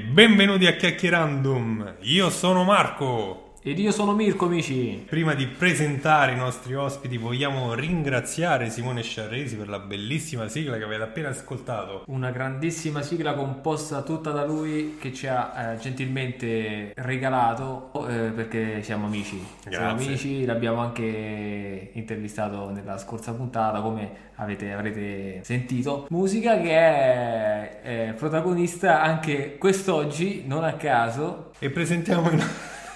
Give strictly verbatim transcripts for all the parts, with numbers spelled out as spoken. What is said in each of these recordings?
benvenuti a Chiacchierandum. Io sono Marco. Ed io sono Mirko, amici. Prima di presentare i nostri ospiti vogliamo ringraziare Simone Sciarresi per la bellissima sigla che avete appena ascoltato. Una grandissima sigla composta tutta da lui che ci ha eh, gentilmente regalato eh, perché siamo amici. Grazie. Siamo amici, l'abbiamo anche intervistato nella scorsa puntata, come avete, avrete sentito. Musica che è, è protagonista anche quest'oggi, non a caso. E presentiamo i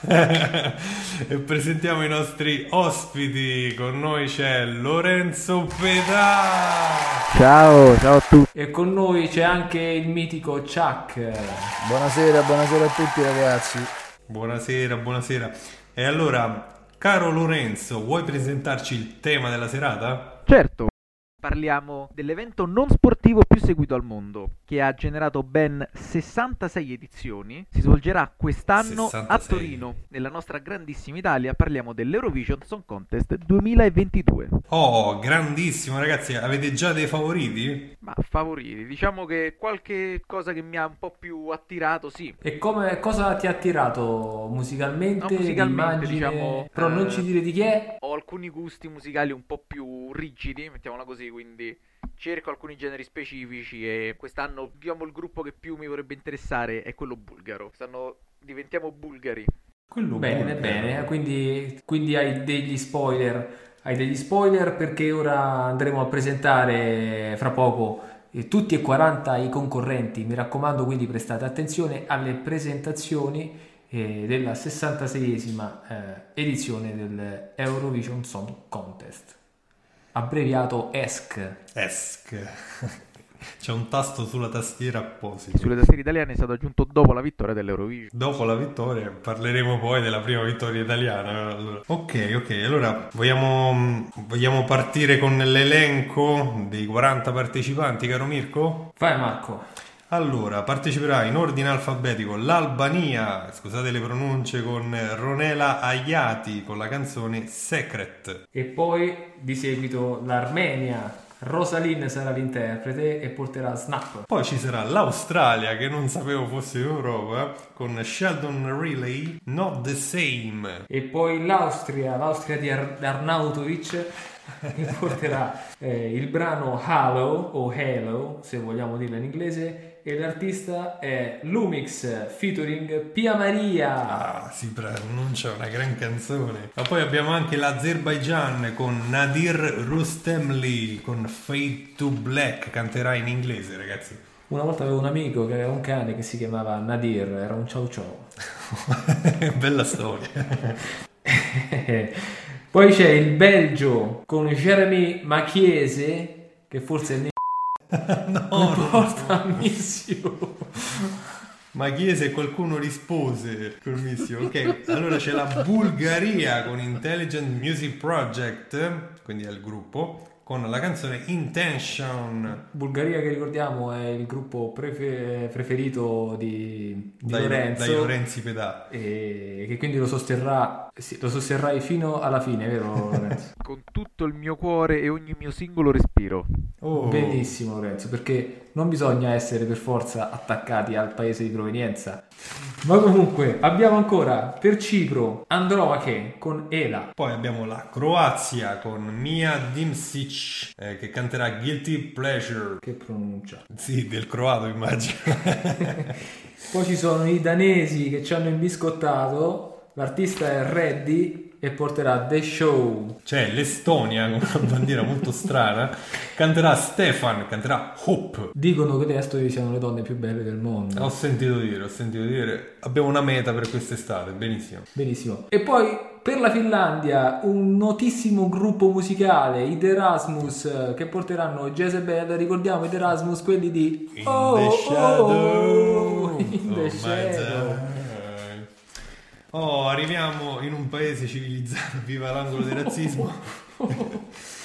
e presentiamo i nostri ospiti. Con noi c'è Lorenzo Pedà. Ciao, ciao a tutti. E con noi c'è anche il mitico Chuck. Buonasera, buonasera a tutti ragazzi. Buonasera, buonasera. E allora, caro Lorenzo, vuoi presentarci il tema della serata? Certo. Parliamo dell'evento non sportivo più seguito al mondo, che ha generato ben sessantasei edizioni. Si svolgerà quest'anno sessantasei. a Torino, nella nostra grandissima Italia. Parliamo dell'Eurovision Song Contest duemilaventidue. Oh, grandissimo ragazzi, avete già dei favoriti? Ma favoriti, diciamo che qualche cosa che mi ha un po' più attirato, sì. E come, cosa ti ha attirato musicalmente? No, musicalmente, l'immagine? diciamo, Però non eh, ci dire di chi è. Ho alcuni gusti musicali un po' più rigidi, mettiamola così, quindi cerco alcuni generi specifici e quest'anno, diciamo, il gruppo che più mi vorrebbe interessare è quello bulgaro. Quest'anno diventiamo bulgari. Quello Bene, bulgaro. bene, quindi, quindi hai degli spoiler. Hai degli spoiler perché ora andremo a presentare fra poco eh, tutti e quaranta i concorrenti. Mi raccomando, quindi prestate attenzione alle presentazioni eh, della sessantaseiesima eh, edizione del Eurovision Song Contest, abbreviato E S C. E S C. C'è un tasto sulla tastiera apposito. Sulle tastiere italiane è stato aggiunto dopo la vittoria dell'Eurovision. Dopo la vittoria parleremo poi della prima vittoria italiana. Allora. Ok, ok, allora vogliamo, vogliamo partire con l'elenco dei quaranta partecipanti, caro Mirko? Vai Marco. Allora, parteciperà in ordine alfabetico l'Albania, scusate le pronunce, con Ronela Ayati con la canzone Secret. E poi di seguito l'Armenia. Rosaline sarà l'interprete e porterà Snap. Poi ci sarà l'Australia, che non sapevo fosse in Europa, con Sheldon Riley, Not the Same. E poi l'Austria, l'Austria di Ar- Arnautovic, che porterà eh, il brano Halo o Halo, se vogliamo dirlo in inglese, e l'artista è Lumix featuring Pia Maria. Ah, si pronuncia una gran canzone. Ma poi abbiamo anche l'Azerbaijan con Nadir Rustemli con Fade to Black, canterà in inglese, ragazzi. Una volta avevo un amico che aveva un cane che si chiamava Nadir, era un ciao ciao. Bella storia. Poi c'è il Belgio con Jeremy Machiese, che forse è il No, non porta a Missio. ma chiese e qualcuno rispose col missio. Ok, allora c'è la Bulgaria con Intelligent Music Project, quindi è il gruppo, con la canzone Intention. Bulgaria, che ricordiamo è il gruppo prefe- preferito di, di dai, Lorenzo, dai Lorenzi Pedà, e che quindi lo sosterrà, sì, lo sosterrai fino alla fine, vero Lorenzo? Con tutto il mio cuore e ogni mio singolo respiro. oh. Benissimo Lorenzo, perché non bisogna essere per forza attaccati al paese di provenienza. Ma comunque abbiamo ancora per Cipro Andromache con Ela. Poi abbiamo la Croazia con Mia Dimsic, eh, che canterà Guilty Pleasure. Che pronuncia. Sì, del croato immagino. Poi ci sono i danesi che ci hanno imbiscottato, l'artista è Reddy e porterà The Show. C'è l'Estonia con una bandiera molto strana, canterà Stefan, canterà Hope. Dicono che le estoni siano le donne più belle del mondo. Ho sentito dire, ho sentito dire. Abbiamo una meta per quest'estate, benissimo. Benissimo. E poi per la Finlandia un notissimo gruppo musicale, i The Erasmus, che porteranno Jezebel. Ricordiamo i The Erasmus, quelli di In Oh, the shadow, oh, in oh the my shadow. God. Oh, arriviamo in un paese civilizzato, viva l'angolo del razzismo.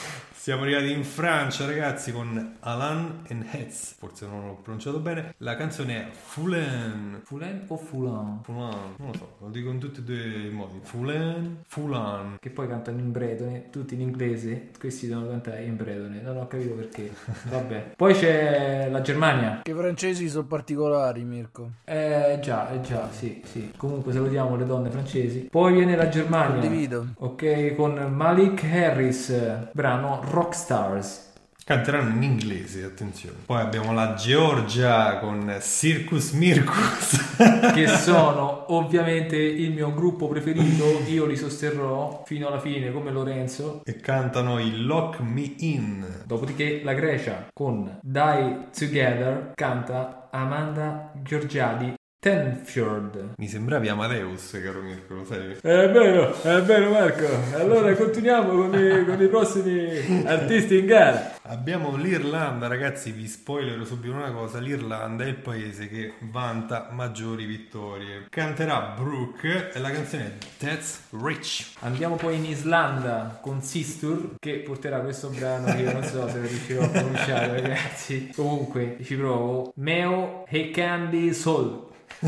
Siamo arrivati in Francia, ragazzi, con Alain and Hetz, forse non l'ho pronunciato bene. La canzone è Foulin. Foulin o Foulin? Foulin, non lo so, lo dico in tutti e due i modi. Foulin, Foulin. Che poi cantano in bretone, tutti in inglese, questi devono cantare in bretone, non ho capito perché. Vabbè. Poi c'è la Germania. Che i francesi sono particolari, Mirko. Eh già, eh già, sì, sì. Comunque salutiamo le donne francesi. Poi viene la Germania. Condivido. Ok, con Malik Harris, brano Rockstars. Canteranno in inglese, attenzione. Poi abbiamo la Georgia con Circus Mircus. Che sono ovviamente il mio gruppo preferito. Io li sosterrò fino alla fine come Lorenzo. E cantano il Lock Me In. Dopodiché la Grecia con Die Together canta Amanda Giorgiadi Tenfjord. Mi sembravi Amadeus, caro Mirko, lo sai? È vero, è vero Marco. Allora continuiamo con i, con i prossimi artisti in gara. Abbiamo l'Irlanda, ragazzi, vi spoilerò subito una cosa. L'Irlanda è il paese che vanta maggiori vittorie. Canterà Brooke e la canzone è That's Rich. Andiamo poi in Islanda con Sistur, che porterà questo brano che io non so se riuscirò a pronunciare, ragazzi. Comunque ci provo. Meo Hey Candy Soul.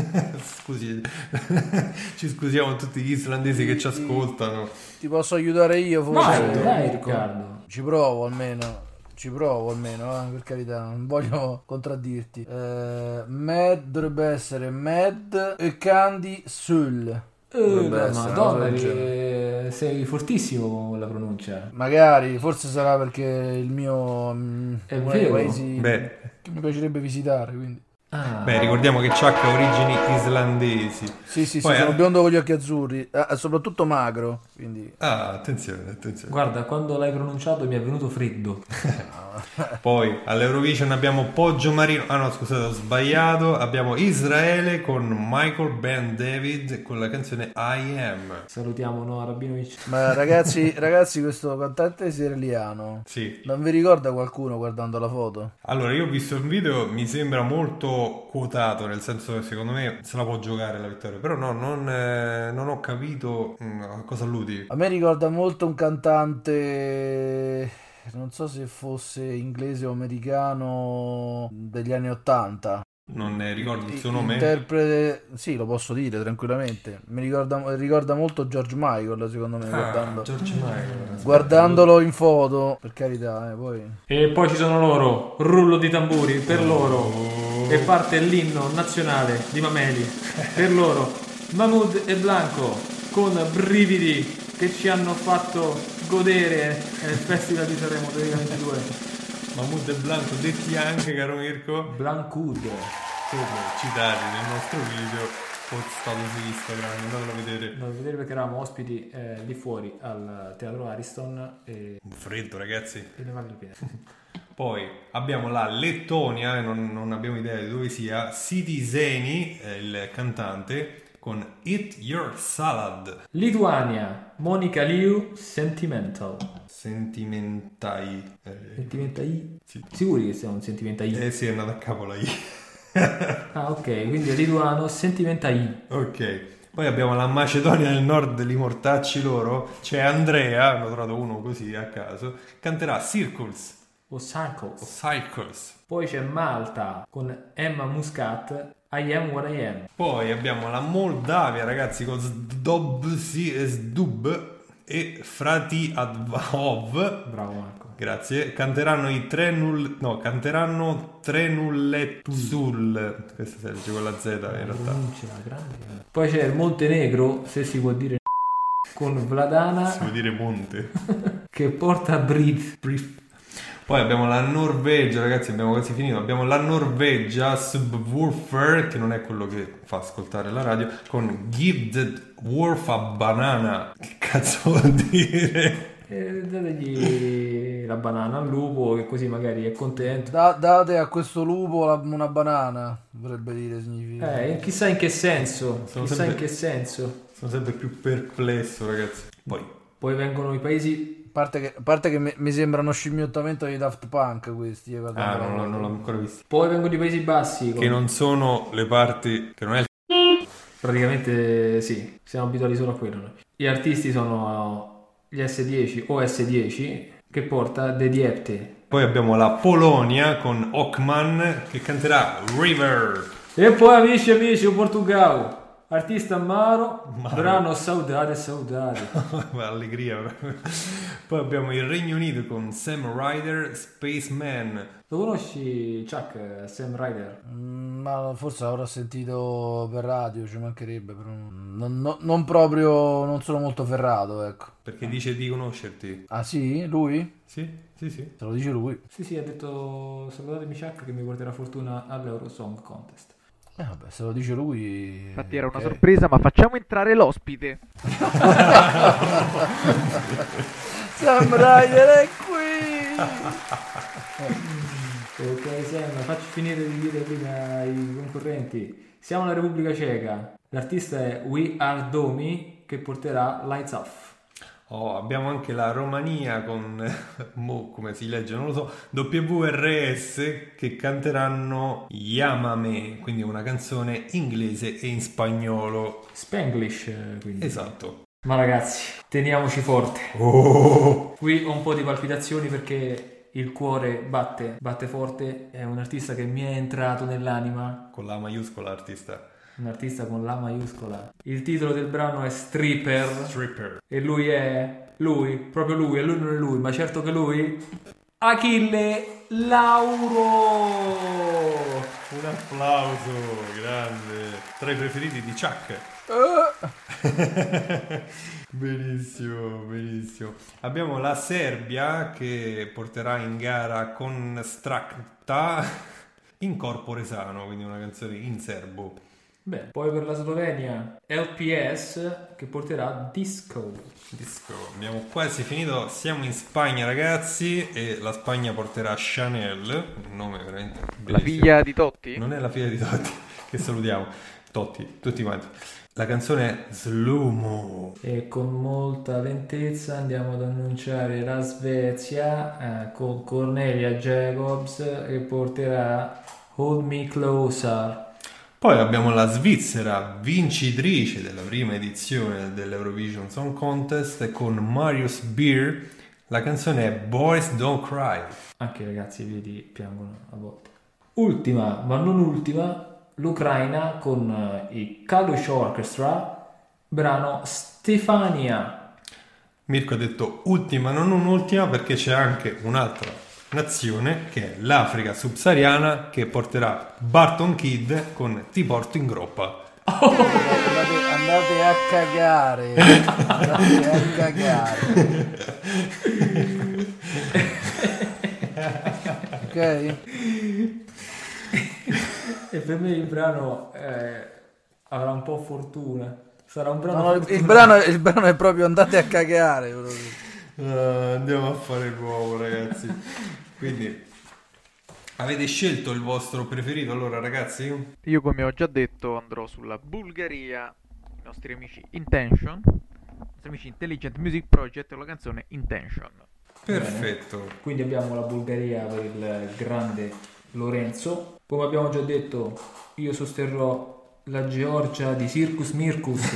Scusi, ci scusiamo tutti gli islandesi che ci ascoltano. Ti posso aiutare io forse? Vai, dai Mirko? Riccardo. Ci provo almeno. Ci provo almeno, eh, per carità, non voglio contraddirti. Eh, Mad dovrebbe essere Mad e Candy Sul. Eh, essere, Madonna, una cosa del eh, sei fortissimo con la pronuncia. Magari, forse sarà perché il mio mm, È uno dei vero? paesi Beh. che mi piacerebbe visitare, quindi. Ah. Beh, ricordiamo che Chuck ha origini islandesi. Sì, sì, Poi, sì, sono eh, biondo con gli occhi azzurri, eh, soprattutto magro, quindi. Ah, attenzione, attenzione. Guarda, quando l'hai pronunciato mi è venuto freddo. Poi all'Eurovision abbiamo Poggio Marino. Ah no, scusate, ho sbagliato. Abbiamo Israele con Michael Ben David con la canzone I Am. Salutiamo Noah Rabinovic. Ma ragazzi, ragazzi, questo cantante israeliano Sì. non vi ricorda qualcuno guardando la foto? Allora, io ho visto il video, mi sembra molto quotato, nel senso che secondo me se la può giocare la vittoria. Però no, non, eh, non ho capito mm, a cosa alludi. A me ricorda molto un cantante, non so se fosse inglese o americano, degli anni ottanta. Non ne ricordo il suo I- nome. Interprete, sì, lo posso dire tranquillamente. Mi ricorda, ricorda molto George Michael, secondo me, Ah, guardando, George Michael. guardandolo in foto, per carità, eh, poi. E poi ci sono loro, rullo di tamburi per loro. E parte l'inno nazionale di Mameli per loro. Mahmood e Blanco con Brividi che ci hanno fatto godere nel Festival di Sanremo duemilaventidue. Mahmood e Blanco, detti anche, caro Mirko, Blancud. citati nel nostro video postato su Instagram, andatelo a vedere. Andiamo a vedere perché eravamo ospiti eh, lì fuori al Teatro Ariston e, Un freddo, ragazzi. e ne vale la pena. Poi abbiamo la Lettonia, non, non abbiamo idea di dove sia, Siti Zeni, eh, il cantante, con Eat Your Salad. Lituania, Monica Liu, Sentimental. Sentimentai. Eh, Sentimentai? sì. Sicuri che sia un Sentimentai? Eh sì, è andata a capo la I. Ah, ok, quindi è lituano, Sentimentai. Ok. Poi abbiamo la Macedonia del Nord, li mortacci loro. C'è Andrea, hanno trovato uno così a caso, canterà Circles O o Circles. Cycles. Poi c'è Malta con Emma Muscat, I Am What I Am. Poi abbiamo la Moldavia, ragazzi, con Zdob Sdub e Frati Advahov. Bravo Marco. Grazie. Canteranno i tre null... No, canteranno tre nulletzul. Questa si legge con la Z in realtà. Pronuncia grande. Poi c'è il Montenegro, se si può dire, con Vladana Si vuol dire monte. che porta Breathe. Brief. Poi abbiamo la Norvegia, ragazzi, abbiamo quasi finito. Abbiamo la Norvegia, Subwoofer, che non è quello che fa ascoltare la radio, con Give the Wolf a Banana. Che cazzo vuol dire? E dategli la banana al lupo che così magari è contento. Da- date a questo lupo la- una banana, dovrebbe dire, significa. Eh, chissà in che senso. Sono chissà sempre- in che senso. Sono sempre più perplesso, ragazzi. Poi, Poi vengono i paesi. A parte che, a parte che mi, mi sembra uno scimmiottamente dei Daft Punk questi. eh, ah, guardando la non, l'ho- foto. non l'ho ancora visto. Poi vengono i Paesi Bassi. Che non sono le parti, che non è il Praticamente sì, siamo abituati solo a quello. noi. Gli artisti sono gli S dieci o S dieci. che porta De Diepte. Poi abbiamo la Polonia con Ockman che canterà River. E poi amici e amici, il Portogallo. Artista Maro, Maro. brano Saudade Saudade. Allegria. Poi abbiamo il Regno Unito con Sam Ryder, Spaceman. Lo conosci, Chuck, Sam Ryder? Mm, ma forse l'avrò sentito per radio, ci mancherebbe, però non, non- non proprio, non sono molto ferrato, ecco. Perché dice di conoscerti. Ah sì? Lui? Sì, sì, sì. Se lo dice lui. Sì, sì, ha detto salutatemi Chuck che mi porterà fortuna all'Eurosong Contest. Eh vabbè, se lo dice lui... Infatti era una ok. sorpresa, ma facciamo entrare l'ospite. Sam Ryder è qui! Ok Sam, facci finire di dire prima i concorrenti. Siamo nella Repubblica Ceca. L'artista è We Are Domi che porterà Lights Off. Oh, abbiamo anche la Romania con, mo, come si legge, non lo so, W R S che canteranno Yamame, quindi una canzone inglese e in spagnolo. Spanglish, eh, quindi. Esatto. Ma ragazzi, teniamoci forte. Oh! Qui ho un po' di palpitazioni perché il cuore batte, batte forte. È un artista che mi è entrato nell'anima. Con la maiuscola artista. Un artista con la maiuscola. Il titolo del brano è Stripper. Stripper. E lui è... Lui, proprio lui, e lui non è lui, ma certo che lui... Achille Lauro! Un applauso, grande. Tra i preferiti di Chuck. Benissimo, benissimo. Abbiamo la Serbia che porterà in gara con Strakta in corpore sano, quindi una canzone in serbo. Beh, poi per la Slovenia L P S che porterà Disco. Disco. Abbiamo quasi finito, siamo in Spagna ragazzi e la Spagna porterà Chanel, un nome veramente La bellissimo. figlia di Totti? Non è la figlia di Totti, che salutiamo. Totti, tutti quanti. La canzone è Slow-Mo. E con molta lentezza andiamo ad annunciare la Svezia eh, con Cornelia Jacobs che porterà Hold Me Closer. Poi abbiamo la Svizzera, vincitrice della prima edizione dell'Eurovision Song Contest con Marius Beer. La canzone è Boys Don't Cry. Anche i ragazzi vedi piangono a volte. Ultima, ma non ultima, l'Ucraina con eh, i Kalush Orchestra, brano Stefania. Mirko ha detto ultima, non un'ultima, perché c'è anche un'altra nazione che è l'Africa subsahariana che porterà Barton Kid con Ti porto in groppa. Andate, andate a cagare. Andate a cagare. Ok? E per me il brano eh, avrà un po' fortuna. Sarà un brano No, no, il, fortunato. il brano, il brano è proprio andate a cagare. proprio. Ah, andiamo a fare l'uovo ragazzi. Quindi avete scelto il vostro preferito allora ragazzi? Io, come ho già detto, andrò sulla Bulgaria, i nostri amici Intention, i nostri amici Intelligent Music Project e la canzone Intention. Perfetto. Quindi abbiamo la Bulgaria per il grande Lorenzo. Come abbiamo già detto, io sosterrò la Georgia di Circus Mircus.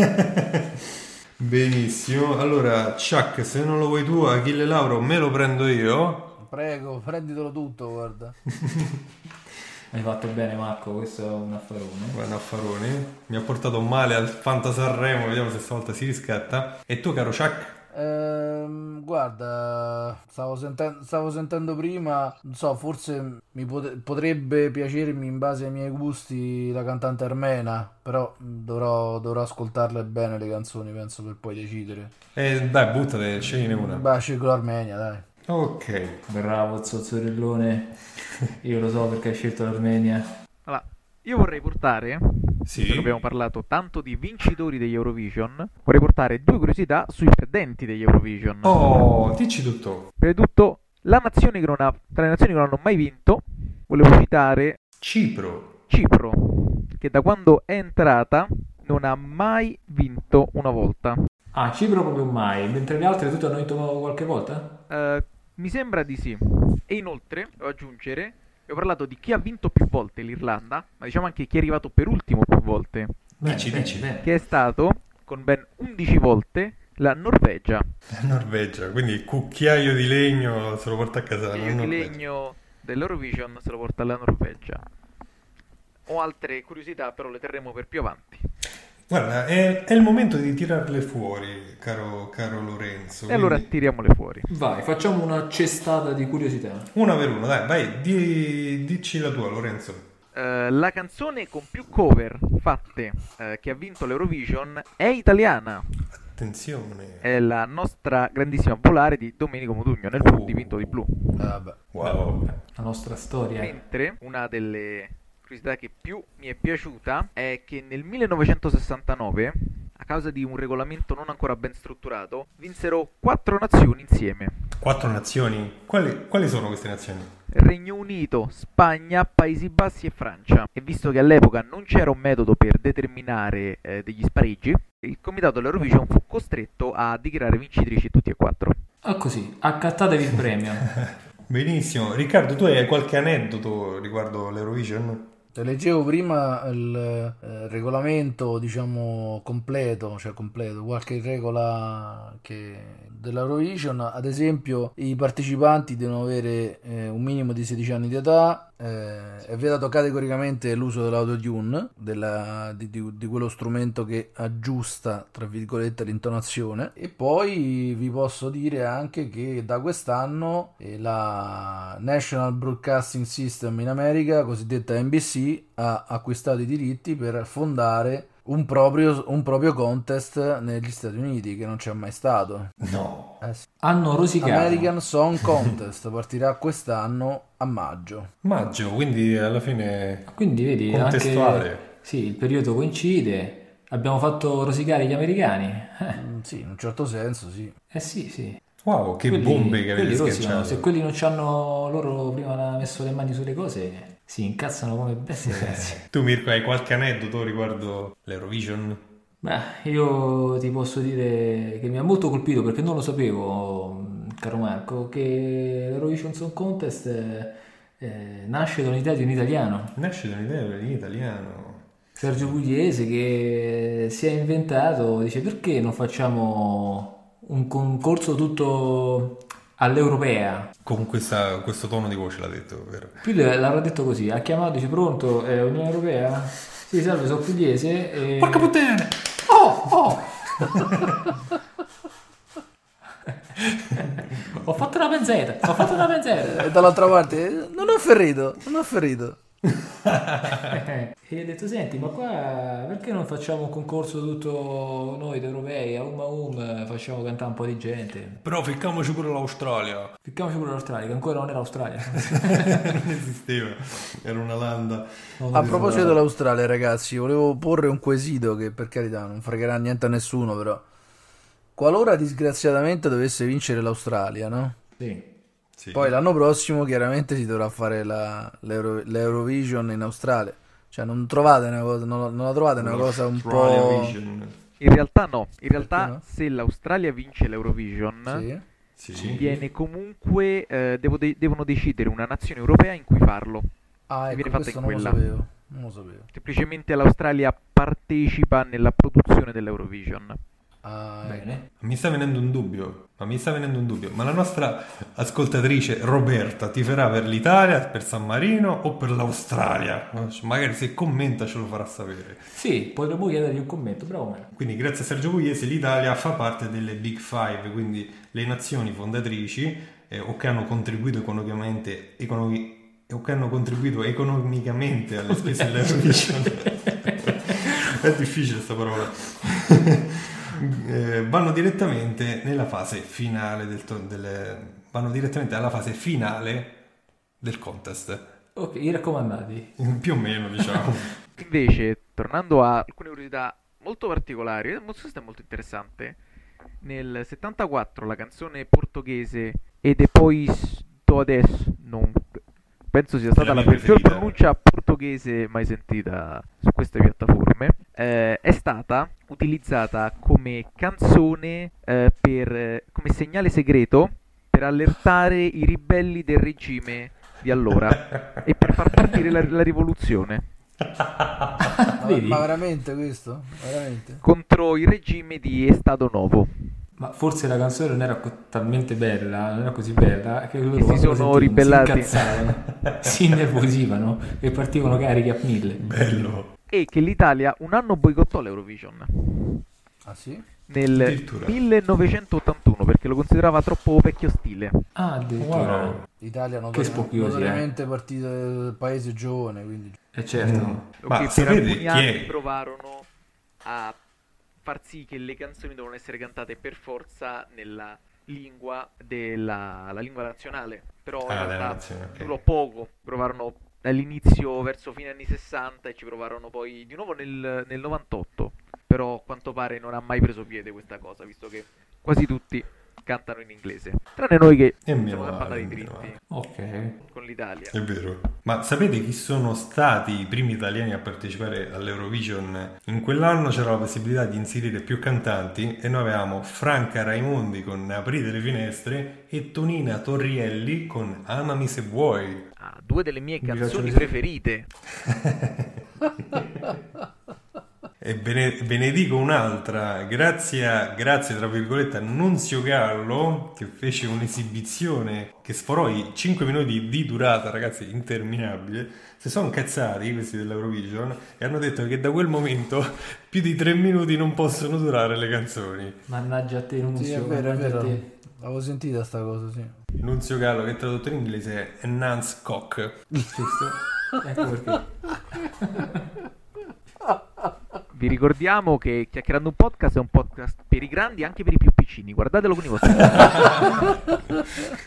Benissimo. Allora Chuck, se non lo vuoi tu, Achille Lauro me lo prendo io. Prego, prenditelo tutto, guarda. Hai fatto bene Marco, questo è un affarone. Guarda affaroni. Mi ha portato male al Fanta Sanremo, vediamo se stavolta si riscatta. E tu caro Chuck? Ehm, guarda, stavo, senten- stavo sentendo prima, non so, forse mi pot- potrebbe piacermi in base ai miei gusti la cantante armena, però dovrò, dovrò ascoltarle bene le canzoni, penso, per poi decidere. Eh dai, buttate, scegliene una. Beh, scelgo l'Armenia, dai. Ok. Bravo zozzorellone. Io lo so perché hai scelto l'Armenia. Allora, io vorrei portare, Sì. visto che abbiamo parlato tanto di vincitori degli Eurovision, vorrei portare due curiosità sui perdenti degli Eurovision. Oh, dici tutto. Prima di tutto, la nazione che non ha, tra le nazioni che non hanno mai vinto, volevo citare Cipro. Cipro, che da quando è entrata non ha mai vinto una volta. Ah, Cipro proprio mai, mentre le altre tutte hanno vinto qualche volta? Eh, mi sembra di sì. E inoltre, devo aggiungere, ho parlato di chi ha vinto più volte l'Irlanda, ma diciamo anche chi è arrivato per ultimo più volte, Dici, Bene, dici. bene, bene. che è stato, con ben undici volte, La Norvegia. La Norvegia, quindi il cucchiaio di legno se lo porta a casa la Il di Norvegia. legno dell'Eurovision se lo porta alla Norvegia. Ho altre curiosità, però le terremo per più avanti. Guarda, è, è il momento di tirarle fuori, caro, caro Lorenzo. E allora quindi tiriamole fuori. Vai, facciamo una cestata di curiosità. una per uno, dai, vai, di, dici la tua, Lorenzo. Eh, la canzone con più cover fatte eh, che ha vinto l'Eurovision è italiana. Attenzione. È la nostra grandissima Volare di Domenico Modugno nel film di Vinto di Blu. Eh, vabbè. Wow. La nostra storia. Mentre una delle curiosità che più mi è piaciuta è che nel millenovecentosessantanove, a causa di un regolamento non ancora ben strutturato, vinsero quattro nazioni insieme: Quattro nazioni. Quali, quali sono queste nazioni? Regno Unito, Spagna, Paesi Bassi e Francia. E visto che all'epoca non c'era un metodo per determinare eh, degli spareggi, il comitato dell'Eurovision fu costretto a dichiarare vincitrici tutti e quattro. Ah, così, accattatevi il premio. Benissimo. Riccardo, tu hai qualche aneddoto riguardo l'Eurovision? Leggevo prima il eh, regolamento, diciamo, completo, cioè completo, qualche regola che dell'Eurovision. Ad esempio, i partecipanti devono avere eh, un minimo di sedici anni di età, eh, è vietato categoricamente l'uso dell'autotune, della, di, di, di quello strumento che aggiusta, tra virgolette, l'intonazione. E poi vi posso dire anche che da quest'anno eh, la National Broadcasting System in America, cosiddetta N B C, ha acquistato i diritti per fondare un proprio, un proprio contest negli Stati Uniti, che non c'è mai stato. No. Eh sì. Hanno rosicato. American Song Contest partirà quest'anno a maggio. Maggio, quindi alla fine Quindi vedi, contestuale. anche sì, il periodo coincide. Abbiamo fatto rosicare gli americani. Eh, Mm, sì, in un certo senso sì. eh sì, sì. Wow, che Quelli- bombe che avete quelli rosicano. sganciato. Se quelli non ci hanno loro prima messo le mani sulle cose, si incazzano come bestie, ragazzi. Tu Mirko hai qualche aneddoto riguardo l'Eurovision? Beh, io ti posso dire che mi ha molto colpito, perché non lo sapevo, caro Marco, che l'Eurovision Song Contest eh, eh, nasce da un'idea di un italiano, Nasce da un'idea in italiano. Sergio Pugliese, che si è inventato, dice: perché non facciamo un concorso tutto all'europea? Con questa- questo tono di voce l'ha detto, vero? Qui le- l'avrà detto così, ha chiamato, dice: pronto, è Unione Europea? Sì, salve, sono Pugliese. E... Porca puttana! Oh, oh! Ho fatto una penzetta, ho fatto una penzetta. E dall'altra parte, eh, non ho ferito, non ho ferito. E gli ho detto: senti, ma qua perché non facciamo un concorso tutto noi europei, a um a um, facciamo cantare un po' di gente. Però ficcamoci pure l'Australia. Ficcamoci pure l'Australia, che ancora non era Australia. Non esisteva, era una landa. Non A lo proposito so. dell'Australia, ragazzi, volevo porre un quesito che, per carità, non fregherà niente a nessuno, però. Qualora disgraziatamente dovesse vincere l'Australia, no? Sì. Sì. Poi l'anno prossimo chiaramente si dovrà fare la, l'Euro- l'Eurovision in Australia. Cioè, non trovate una cosa, non, non la trovate una cosa un Australia po'... Vision. In realtà no, in realtà Perché no? se l'Australia vince l'Eurovision, Sì. Sì. viene comunque, eh, devo de- devono decidere una nazione europea in cui farlo. Ah, E ecco, viene fatta questo in non lo quella. sapevo. Non lo sapevo. Semplicemente l'Australia partecipa nella produzione dell'Eurovision. Ah, ecco. Bene. Mi sta venendo un dubbio, ma mi sta venendo un dubbio. Ma la nostra ascoltatrice Roberta tiferà per l'Italia, per San Marino o per l'Australia? Magari se commenta ce lo farà sapere. Sì, potremmo chiedergli un commento, bravo Marco. Quindi grazie a Sergio Pugliese l'Italia fa parte delle Big Five, quindi le nazioni fondatrici eh, o che hanno contribuito economicamente, economi- o che hanno contribuito economicamente alle spese dell'Eurovision. È difficile sta parola. Eh, vanno direttamente nella fase finale del to- delle, vanno direttamente alla fase finale del contest. Ok, i raccomandati. Più o meno, diciamo. Invece, tornando a alcune curiosità molto particolari, eh, questo è molto interessante. Nel settantaquattro la canzone portoghese E depois todes, non penso sia stata la la mia peggior preferita. pronuncia portoghese mai sentita su queste piattaforme, eh, è stata utilizzata come canzone eh, per, eh, come segnale segreto per allertare i ribelli del regime di allora e per far partire la, la rivoluzione Ma, Vedi? ma veramente questo? Veramente? contro il regime di Estado Novo. Ma forse la canzone non era co- talmente bella, non era così bella, che loro Che si quando lo sono sentivano ribellati. si incazzavano, si innervosivano e partivano carichi a mille. Bello. E che l'Italia un anno boicottò l'Eurovision. Ah sì? Nel Addirittura. millenovecentottantuno, perché lo considerava troppo vecchio stile. Ah, addirittura. Wow. L'Italia non Che spocchiosi, notoriamente partito paese giovane, quindi E certo. Mm. O Ma che per sapete alcuni chi anni è? provarono a far sì che le canzoni devono essere cantate per forza nella lingua della la lingua nazionale. Però Ah, in della realtà nazione, ok. durò poco. Provarono all'inizio verso fine anni sessanta e ci provarono poi di nuovo nel, nel novantotto. Però a quanto pare non ha mai preso piede questa cosa, visto che quasi tutti cantano in inglese. Tranne noi che E meno siamo sempre male, andati meno dritti Ok. con l'Italia. È vero. Ma sapete chi sono stati i primi italiani a partecipare all'Eurovision? In quell'anno c'era la possibilità di inserire più cantanti e noi avevamo Franca Raimondi con Aprite le finestre e Tonina Torrielli con Amami se vuoi. Ah, due delle mie Mi canzoni piacciono- preferite. E ve ne, ve ne dico un'altra, grazie a, grazie tra virgolette a Nunzio Gallo, che fece un'esibizione che sforò i cinque minuti di durata, ragazzi, interminabile. Si sono incazzati questi dell'Eurovision e hanno detto che da quel momento più di tre minuti non possono durare le canzoni. Mannaggia a te, Nunzio, sì, è vero, è mannaggia a vero. te. Avevo sentita sta cosa, sì. Nunzio Gallo, che tradotto in inglese è Nance Cock. Giusto? Ecco perché. Vi ricordiamo che Chiacchierando un podcast è un podcast per i grandi e anche per i più piccini. Guardatelo con i vostri occhi.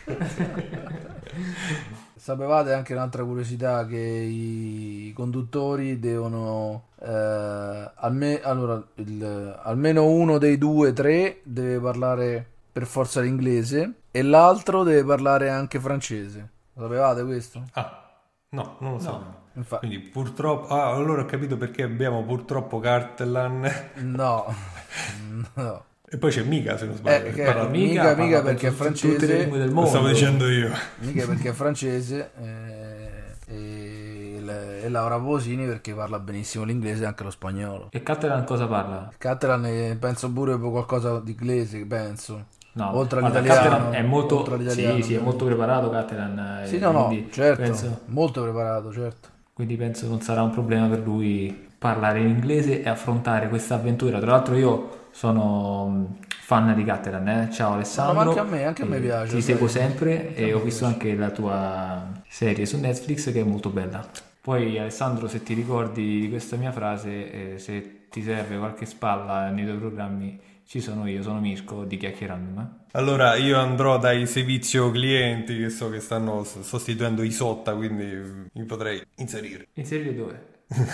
Sapevate anche un'altra curiosità che i conduttori devono eh, alme- allora, il- almeno uno dei due, tre deve parlare per forza l'inglese e l'altro deve parlare anche francese. Lo sapevate questo? Ah, no, non lo so. Infa- Quindi purtroppo, ah, allora ho capito perché abbiamo purtroppo Cartelan no, no. e poi c'è Mika, se non sbaglio. Eh, che che- parla- mica, parla mica per perché è tut- tutte le francese. lingue del Lo mondo. stavo dicendo io. Mica perché è francese eh, e, e, e Laura Bosini perché parla benissimo l'inglese e anche lo spagnolo. E Catalan cosa parla? Catalan eh, penso pure qualcosa di inglese, penso. No, Oltre guarda, all'italiano, Catalan è molto, oltre all'italiano, sì, sì, è sì. molto preparato Catalan. eh, Sì, no, no, quindi certo, penso, molto preparato, certo. quindi penso non sarà un problema per lui parlare in inglese e affrontare questa avventura. Tra l'altro io sono mh, fan di Catalan, eh? Ciao Alessandro. No, ma anche a me, anche a me Eh, piace, Ti sai. seguo sempre Anche a e me ho visto piace. anche la tua serie su Netflix che è molto bella. Poi Alessandro, se ti ricordi di questa mia frase, eh, se ti serve qualche spalla nei tuoi programmi, ci sono io, sono Mirko di Chiacchierando. Eh? Allora io andrò dai servizio clienti che so che stanno s- sostituendo Isotta, quindi mi potrei inserire. Inserire dove?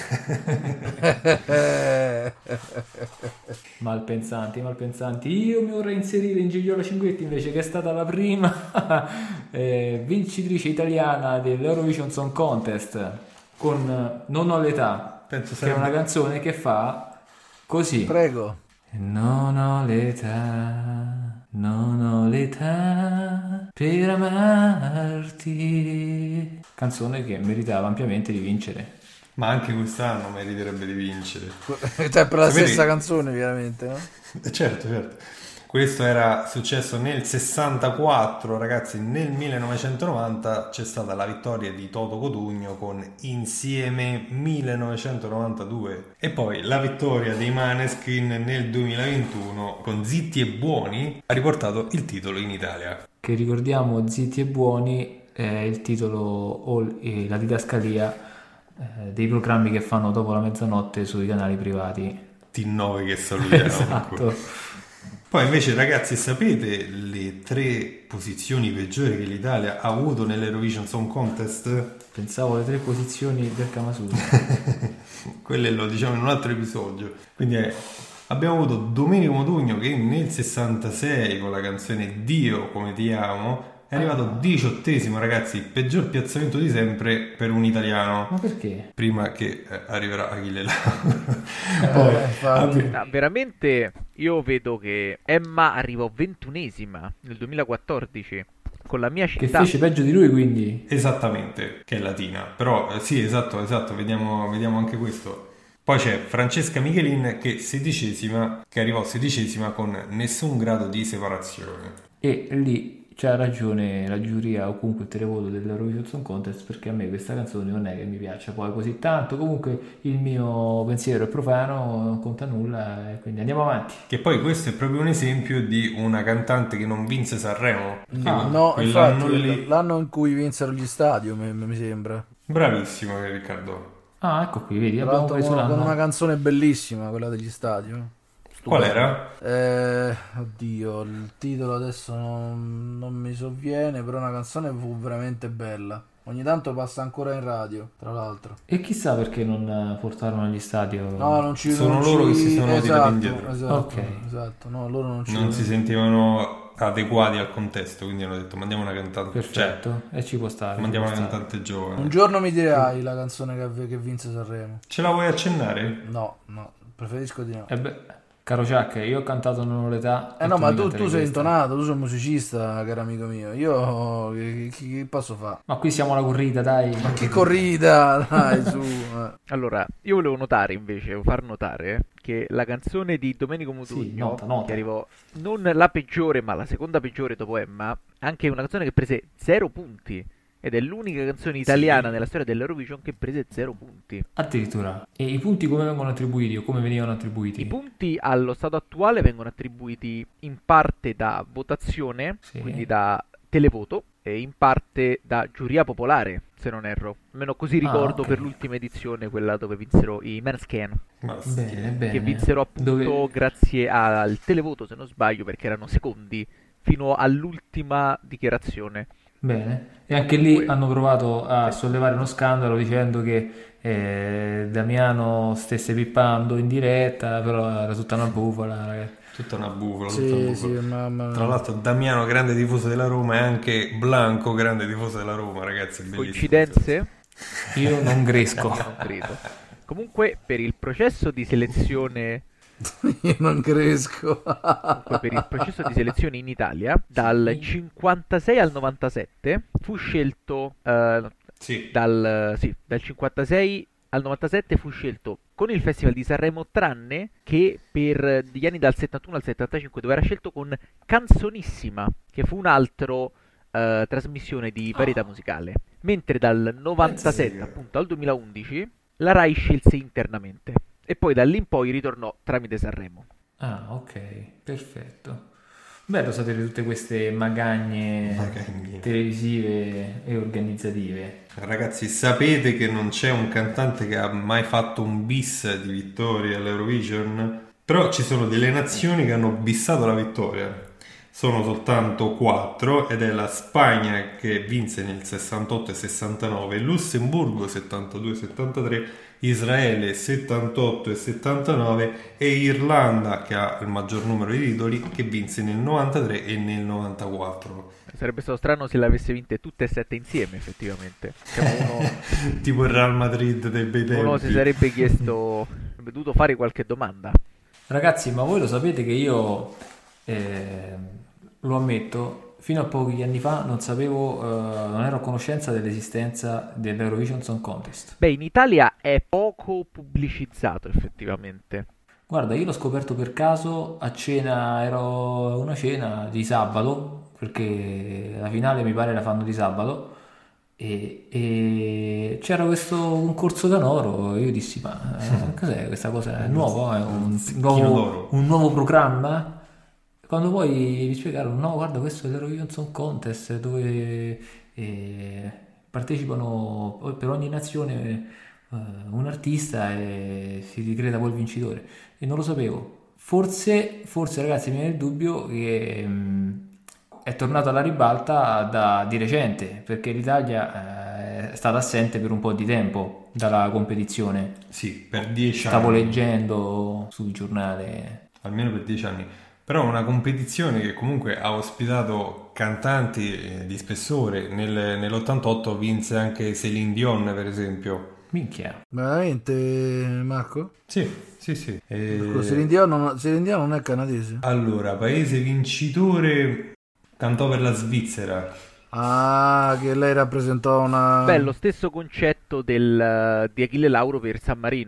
Eh, Malpensanti, malpensanti. Io mi vorrei inserire in Gigliola Cinquetti invece, che è stata la prima eh, vincitrice italiana dell'Eurovision Song Contest con eh, Non ho l'età, Penso che è sarebbe- una canzone che fa così. Prego. Non ho l'età, non ho l'età per amarti. Canzone che meritava ampiamente di vincere. Ma anche quest'anno meriterebbe di vincere. Sempre la Sapete- stessa canzone, chiaramente, no? Eh, Certo, certo. Questo era successo nel sessantaquattro, ragazzi. Nel millenovecentonovanta c'è stata la vittoria di Toto Cotugno con Insieme millenovecentonovantadue e poi la vittoria dei Maneskin nel duemilaventuno con Zitti e Buoni ha riportato il titolo in Italia. Che ricordiamo, Zitti e Buoni, è il titolo o eh, la didascalia eh, dei programmi che fanno dopo la mezzanotte sui canali privati. T nove che salutiamo. Esatto. Poi invece ragazzi, sapete le tre posizioni peggiori che l'Italia ha avuto nell'Eurovision Song Contest? Pensavo alle tre posizioni del Kamasutra. Quelle lo diciamo in un altro episodio. Quindi eh, abbiamo avuto Domenico Modugno che nel sessantasei con la canzone Dio come ti amo è arrivato diciottesimo, ragazzi, peggior piazzamento di sempre per un italiano. Ma perché? Prima che eh, arriverà Achille Lauro. Eh, infatti. Ah, veramente io vedo che Emma arrivò ventunesima nel duemilaquattordici con la mia Che città. fece peggio di lui, quindi? Esattamente, che è latina. Però eh, sì, esatto, esatto, vediamo, vediamo anche questo. Poi c'è Francesca Michelin che sedicesima, che arrivò sedicesima con Nessun grado di separazione. E lì c'ha ragione la giuria o comunque il televoto dell'Eurovision Song Contest, perché a me questa canzone non è che mi piaccia poi così tanto. Comunque il mio pensiero è profano, non conta nulla, e quindi andiamo avanti. Che poi questo è proprio un esempio di una cantante che non vinse Sanremo. Ah, no, quell'anno infatti, lì... l'anno in cui vinsero gli stadio, mi, mi sembra. Bravissimo Riccardo. Ah, ecco qui, vedi, Tra abbiamo l'altro preso con, l'anno. con una canzone bellissima, quella degli stadio. Qual era? Eh, oddio, il titolo adesso non, non mi sovviene, però una canzone fu veramente bella. Ogni tanto passa ancora in radio, tra l'altro. E chissà perché non portarono agli stadio. No, non ci Sono non loro ci... che si sono tirati esatto, indietro. Esatto, Ok. esatto. No, loro non ci Non si sentivano adeguati al contesto, quindi hanno detto mandiamo una cantante. Perfetto, e ci può stare. Cioè, mandiamo ci una può stare. cantante giovane. Un giorno mi dirai la canzone che, che vinse Sanremo. Ce la vuoi accennare? No, no, preferisco di no. Eh beh, caro Chuck, io ho cantato Non ho l'età. Eh e no, ma mi tu, canterai tu sei questa. intonato, tu sei un musicista, caro amico mio. Io che, che- che posso fare? Ma qui siamo alla corrida, dai. Ma che corrida, dai, su. eh. Allora, io volevo notare invece, volevo far notare che la canzone di Domenico Modugno, nota, nota. che arrivò non la peggiore, ma la seconda peggiore dopo Emma, anche una canzone che prese zero punti. Ed è l'unica canzone italiana nella storia dell'Eurovision che prese zero punti. Addirittura. E i punti come vengono attribuiti o come venivano attribuiti? I punti allo stato attuale vengono attribuiti in parte da votazione, Sì. quindi da televoto, e in parte da giuria popolare, se non erro. Almeno così ricordo ok. per l'ultima edizione, quella dove vinsero i Maneskin, Ma Bene, bene. che vinsero appunto Dove- grazie al televoto, se non sbaglio, perché erano secondi fino all'ultima dichiarazione. Bene. E anche lì Comunque- hanno provato a sollevare uno scandalo dicendo che eh, Damiano stesse pippando in diretta, però era tutta una bufala, ragazzi. tutta una bufola, tutta una Sì, sì, bufola. ma, ma- Tra l'altro Damiano grande tifoso della Roma e anche Blanco grande tifoso della Roma, ragazzi, è bellissimo. Coincidenze? Io non gresco. Io non credo. Comunque, per il processo di selezione io non cresco. Comunque, per il processo di selezione in Italia, dal cinquantasei al novantasette fu scelto eh, Sì. dal, sì, dal cinquantasei al novantasette fu scelto con il Festival di Sanremo, tranne che per gli anni dal settantuno al settantacinque, dove era scelto con Canzonissima, che fu un altro eh, trasmissione di varietà musicale. Mentre dal novantasette Pensa te. appunto al duemilaundici la Rai scelse internamente e poi da lì in poi ritornò tramite Sanremo. Ah, ok, perfetto. Bello sapere tutte queste magagne Magagne. televisive e organizzative. Ragazzi, sapete che non c'è un cantante che ha mai fatto un bis di vittoria all'Eurovision? Però ci sono delle nazioni che hanno bissato la vittoria. Sono soltanto quattro ed è la Spagna che vinse nel sessantotto e sessantanove, Lussemburgo settantadue e settantatré, Israele settantotto e settantanove e Irlanda, che ha il maggior numero di titoli, che vinse nel novantatré e nel novantaquattro. Sarebbe stato strano se le avesse vinte tutte e sette insieme, effettivamente. Cioè, uno, Tipo il Real Madrid dei bei tempi. uno si sarebbe chiesto, avrebbe dovuto fare qualche domanda. Ragazzi, ma voi lo sapete che io, eh, lo ammetto, fino a pochi anni fa non sapevo, eh, non ero a conoscenza dell'esistenza dell'Eurovision Song Contest. Beh, in Italia è poco pubblicizzato, effettivamente. Guarda, io l'ho scoperto per caso a cena, ero a una cena di sabato, perché la finale mi pare la fanno di sabato, e, e c'era questo concorso canoro, e io dissi, ma eh, cos'è questa cosa? È nuovo? È un Zecchino nuovo, d'oro. un nuovo programma? Quando poi mi spiegarono, no, guarda, questo è l'Eurovision Song Contest, dove eh, partecipano per ogni nazione eh, un artista e si decreta poi il vincitore. E non lo sapevo. Forse, forse ragazzi, mi viene il dubbio che mh, è tornato alla ribalta da, di recente, perché l'Italia eh, è stata assente per un po' di tempo dalla competizione. Sì, per dieci Stavo anni. leggendo sul giornale. Almeno per dieci anni. Però una competizione che comunque ha ospitato cantanti eh, di spessore. Nel, nell'ottantotto vinse anche Céline Dion, per esempio. Minchia. Veramente, Marco? Sì, sì, sì. E- Celine Dion non, Celine Dion non è canadese? Allora, paese vincitore, cantò per la Svizzera. Ah, che lei rappresentò una... Beh, lo stesso concetto del, di Achille Lauro per San Marino.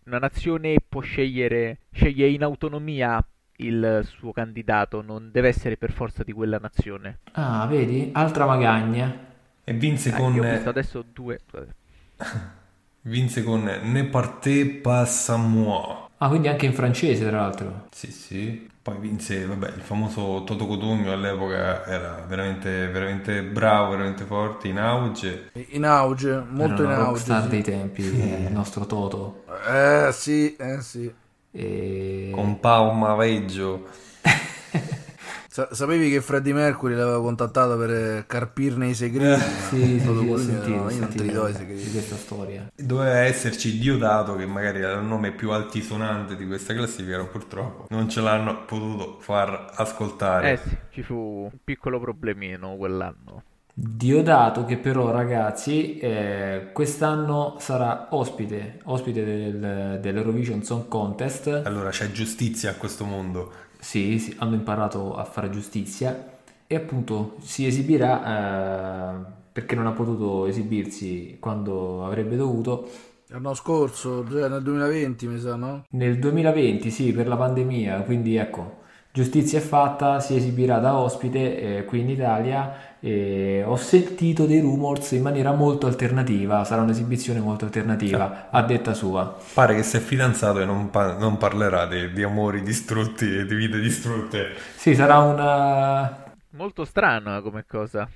una nazione può scegliere, sceglie in autonomia il suo candidato, non deve essere per forza di quella nazione. Ah, vedi? Altra magagna. E vinse Ah, con... io ho visto adesso due... Vinse con Ne partez pas sans moi. Ah, quindi anche in francese, tra l'altro. Sì, sì. Poi vinse, vabbè, il famoso Toto Cotugno all'epoca era veramente, veramente bravo, veramente forte, in auge. In auge, molto Era in una auge. rockstar Sì. dei tempi, il nostro Toto. Eh sì, eh sì. E... Con Palmaveggio. Sa- sapevi che Freddie Mercury l'aveva contattato per carpirne i segreti? Sì, sì, sì, Toto ho Cotugno, sentito, no, ho io non te li do i sentito di segreti. questa storia. Doveva esserci Diodato, che magari era il nome più altisonante di questa classifica, ma purtroppo non ce l'hanno potuto far ascoltare. Eh sì, ci fu un piccolo problemino quell'anno. Diodato che però ragazzi eh, quest'anno sarà ospite, ospite del, dell'Eurovision Song Contest. Allora c'è giustizia a questo mondo. Sì, sì, hanno imparato a fare giustizia e appunto si esibirà eh, perché non ha potuto esibirsi quando avrebbe dovuto L'anno scorso, cioè nel duemilaventi mi sa, no? nel duemilaventi, sì, per la pandemia, quindi ecco, giustizia è fatta, si esibirà da ospite eh, qui in Italia e ho sentito dei rumors in maniera molto alternativa, sarà un'esibizione molto alternativa, a detta sua. Pare che si è fidanzato e non, pa- non parlerà di, di amori distrutti e di vite distrutte. Sì, sarà una... Molto strana come cosa.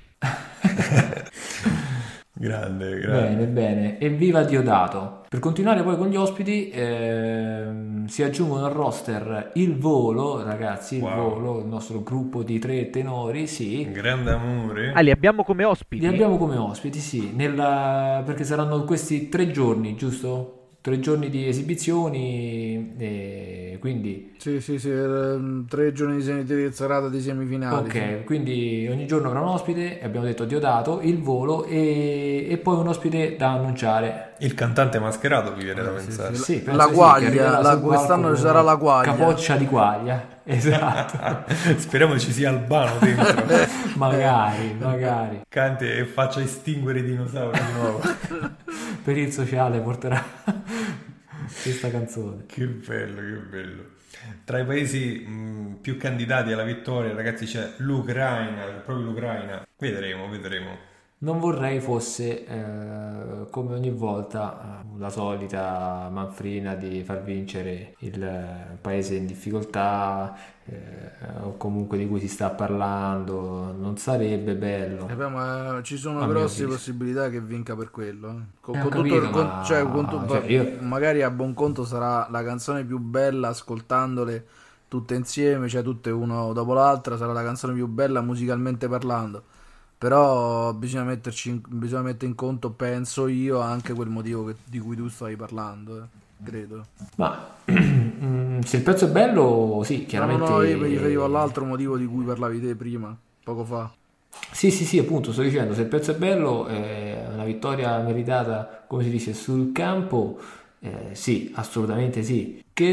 Grande, grande. Bene, bene. Evviva Diodato. Per continuare poi con gli ospiti, ehm, si aggiungono al roster Il Volo, ragazzi, Il Wow. Volo, il nostro gruppo di tre tenori, sì. Grande amore. Ah, li abbiamo come ospiti? Li abbiamo come ospiti, sì, nella- perché saranno questi tre giorni, giusto? Tre giorni di esibizioni e quindi... Sì, sì, sì, ehm, tre giorni di semi- di serata di semifinali. Ok, sì. quindi ogni giorno avrà un ospite, abbiamo detto Diodato, Il Volo e, e poi un ospite da annunciare. Il cantante mascherato, mi viene da sì, pensare. sì. Sì, penso La sì, che guaglia, arriverà la- sul quest'anno palco ci con sarà una la guaglia. Capoccia di quaglia, esatto. Speriamo ci sia Albano dentro. Magari, magari. Canti e faccia estinguere i dinosauri di nuovo. Per il sociale porterà questa canzone. Che bello, che bello. Tra i paesi mh, più candidati alla vittoria, ragazzi, c'è l'Ucraina, c'è proprio l'Ucraina. Vedremo, vedremo. Non vorrei fosse eh, come ogni volta eh, la solita manfrina di far vincere il eh, paese in difficoltà eh, o comunque di cui si sta parlando, non sarebbe bello. Eh beh, ma ci sono A mio grosse avviso. possibilità che vinca per quello. eh. Con, Eh, ho con tutto capito, il- con- ma- cioè, con tu- cioè, io- magari a buon conto sarà la canzone più bella ascoltandole tutte insieme, cioè tutte uno dopo l'altra, sarà la canzone più bella musicalmente parlando. Però bisogna metterci in, bisogna mettere in conto, penso io, anche quel motivo che- di cui tu stavi parlando, eh, credo. Ma mm, se il pezzo è bello, sì, No, chiaramente. no, no, io mi riferivo all'altro motivo di cui parlavi te prima, poco fa. Sì, sì, sì, appunto, sto dicendo, se il pezzo è bello, è una vittoria meritata, come si dice, sul campo, eh, sì, assolutamente sì. Che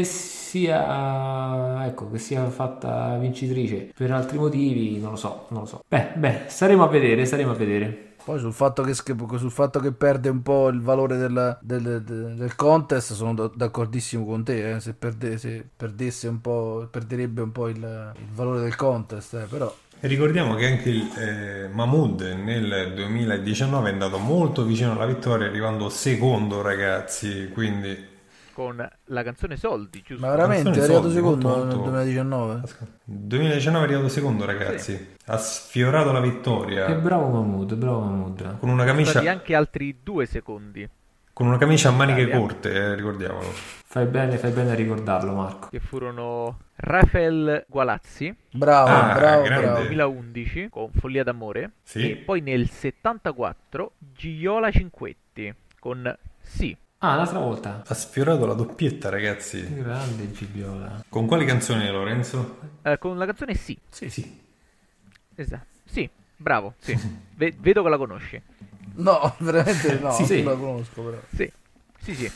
sia, ecco, che sia fatta vincitrice per altri motivi, non lo so, non lo so. Beh, beh, staremo a vedere, staremo a vedere. Poi sul fatto che, sul fatto che perde un po' il valore del, del, del- del contest sono d- d'accordissimo con te, eh. Se, perde- se perdesse un po', perderebbe un po' il, il valore del contest, eh, però... E ricordiamo che anche il eh, Mahmood nel duemiladiciannove è andato molto vicino alla vittoria, arrivando secondo, ragazzi. Quindi Con la canzone Soldi, giusto? Ma veramente è Canzone arrivato soldi, secondo molto, nel molto- duemiladiciannove? nel duemiladiciannove è arrivato secondo, ragazzi. Ha sfiorato la Che vittoria bravo Mahmood, bravo Mahmood. con una Sono camicia, stati anche altri due secondi con una camicia a maniche Italia. corte, eh, ricordiamolo. Fai bene, fai bene a ricordarlo, Marco. che furono Rafael Gualazzi Bravo, Ah, bravo, grande. bravo. duemilaundici con Follia d'amore Sì. e poi nel settantaquattro Giola Cinquetti con Sì. Ah, un'altra volta. Ha sfiorato la doppietta, ragazzi. Grande Gibiola. Con quali canzoni, Lorenzo? Eh, con la canzone Sì. Sì, sì. Esatto. Sì, bravo, sì. Ve- vedo che la conosci. No, veramente no, Sì, sì. non la conosco però. Sì. Sì, sì.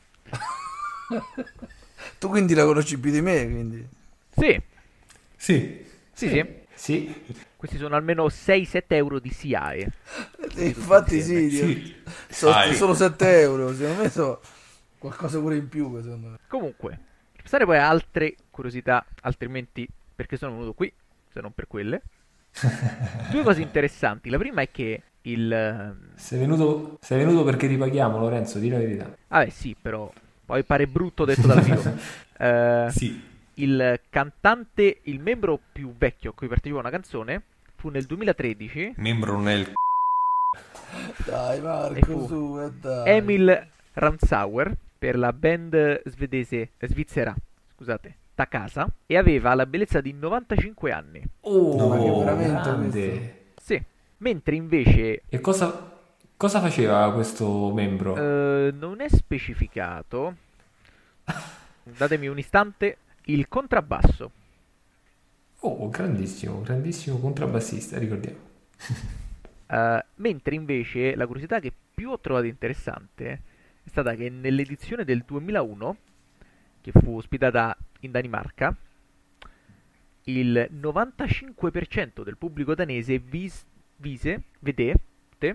Tu quindi la conosci più di me, quindi. Sì. Sì. Sì, sì. Sì. Questi sono almeno sei sette euro di S I A E. Eh, infatti sì, Sì. Dio. So- Sai. solo sette euro, secondo me so... qualcosa pure in più, secondo me. Comunque, per passare poi a altre curiosità, altrimenti perché sono venuto qui, se non per quelle. Due cose interessanti. La prima è che il... Sei venuto, sei venuto perché ti paghiamo, Lorenzo, di la verità. Ah beh sì, però poi pare brutto detto dal vivo. Eh, Sì. Il cantante, il membro più vecchio a cui partecipò una canzone fu nel duemilatredici. Membro non è il Dai E Marco, fu su, e dai. Emil Ransauer per la band svedese, eh, svizzera, scusate, Takasa, e aveva la bellezza di novantacinque anni. Oh, No, ma che veramente grande. Sì, mentre invece E cosa, cosa faceva questo membro? eh, non è specificato, datemi un istante, il contrabbasso. Oh, grandissimo, grandissimo contrabbassista, ricordiamo. Eh, mentre invece la curiosità che più ho trovato interessante è stata che nell'edizione del duemilauno, che fu ospitata in Danimarca, il novantacinque per cento del pubblico danese vis- vise, vedete,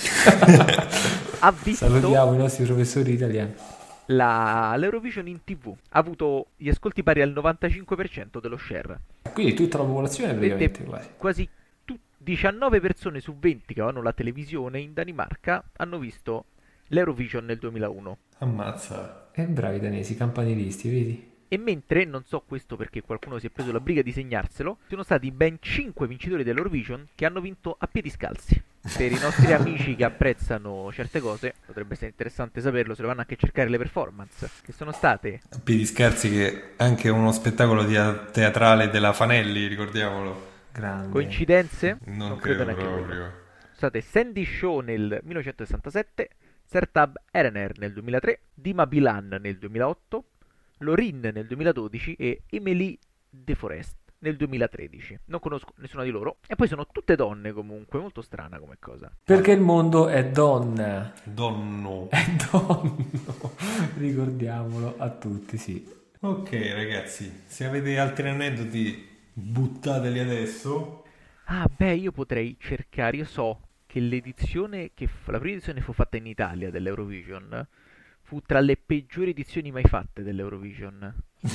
ha visto Salutiamo i nostri professori italiani. la, l'Eurovision in tivù. Ha avuto gli ascolti pari al novantacinque per cento dello share. Quindi tutta la popolazione praticamente quasi. Quasi tu- diciannove persone su venti che avevano la televisione in Danimarca hanno visto l'Eurovision nel duemilauno. Ammazza. E bravi danesi, campanilisti, vedi? E mentre, non so questo perché qualcuno si è preso la briga di segnarselo, sono stati ben cinque vincitori dell'Eurovision che hanno vinto a piedi scalzi. Per i nostri amici che apprezzano certe cose, potrebbe essere interessante saperlo, se lo vanno anche a cercare le performance, che sono state... A piedi scarsi, che anche uno spettacolo dia- teatrale della Fanelli, ricordiamolo. Grande. Coincidenze? Non, credo credo neanche quello. proprio. Sono state Sandy Shaw nel millenovecentosessantasette, Sertab Erener nel duemilatré, Dima Bilan nel duemilaotto, Lorin nel duemiladodici e Emily De Forest nel duemilatredici. Non conosco nessuna di loro. E poi sono tutte donne comunque, molto strana come cosa. Perché il mondo è donna. Donno. È donno. Ricordiamolo a tutti, sì. Ok ragazzi, se avete altri aneddoti buttateli adesso. Ah beh, io potrei cercare, io so che l'edizione, che f- la prima edizione fu fatta in Italia dell'Eurovision, fu tra le peggiori edizioni mai fatte dell'Eurovision.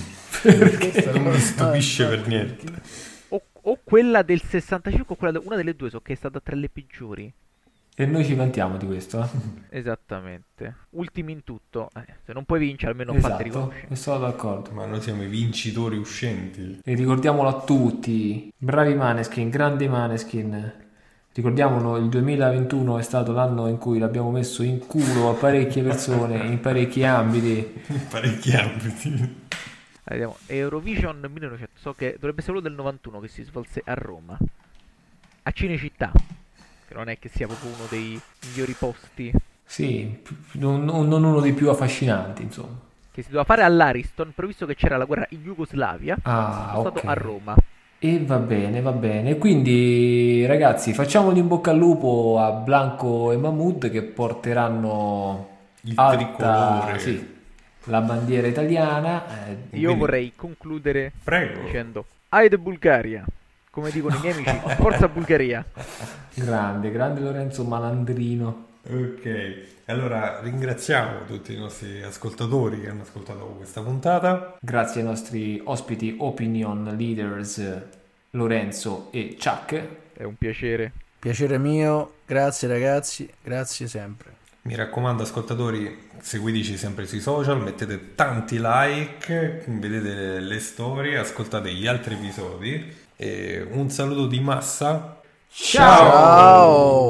Non mi stupisce per niente. O, o quella del sessantacinque o quella de- una delle due, so che è stata tra le peggiori. E noi ci vantiamo di questo, eh? Esattamente. Ultimi in tutto. Eh, se non puoi vincere, almeno fatti Esatto, riconoscere. e sono d'accordo. Ma noi siamo i vincitori uscenti. E ricordiamolo a tutti, bravi Maneskin, grandi Maneskin. Ricordiamolo, il duemilaventuno è stato l'anno in cui l'abbiamo messo in culo a parecchie persone, in parecchi ambiti. In parecchi ambiti. Allora, vediamo. Eurovision millenovecento, so che dovrebbe essere quello del novantuno che si svolse a Roma, a Cinecittà, che non è che sia proprio uno dei migliori posti, Sì, non, non uno dei più affascinanti, insomma. che si doveva fare all'Ariston, però visto che c'era la guerra in Jugoslavia, Ah, sono ok. stato a Roma. E va bene, va bene. Quindi, ragazzi, facciamoli in bocca al lupo a Blanco e Mahmood che porteranno Il alta, tricolore. sì, la bandiera italiana. eh, Io Quindi- vorrei concludere Prego. dicendo Aide Bulgaria, come dicono i miei amici, forza Bulgaria. grande, grande Lorenzo Malandrino. Ok, allora ringraziamo tutti i nostri ascoltatori che hanno ascoltato questa puntata. Grazie ai nostri ospiti opinion leaders eh, Lorenzo e Chuck. È un piacere. Piacere mio, grazie ragazzi, grazie sempre. Mi raccomando ascoltatori, seguiteci sempre sui social, mettete tanti like, vedete le storie, ascoltate gli altri episodi e un saluto di massa. Ciao! Ciao!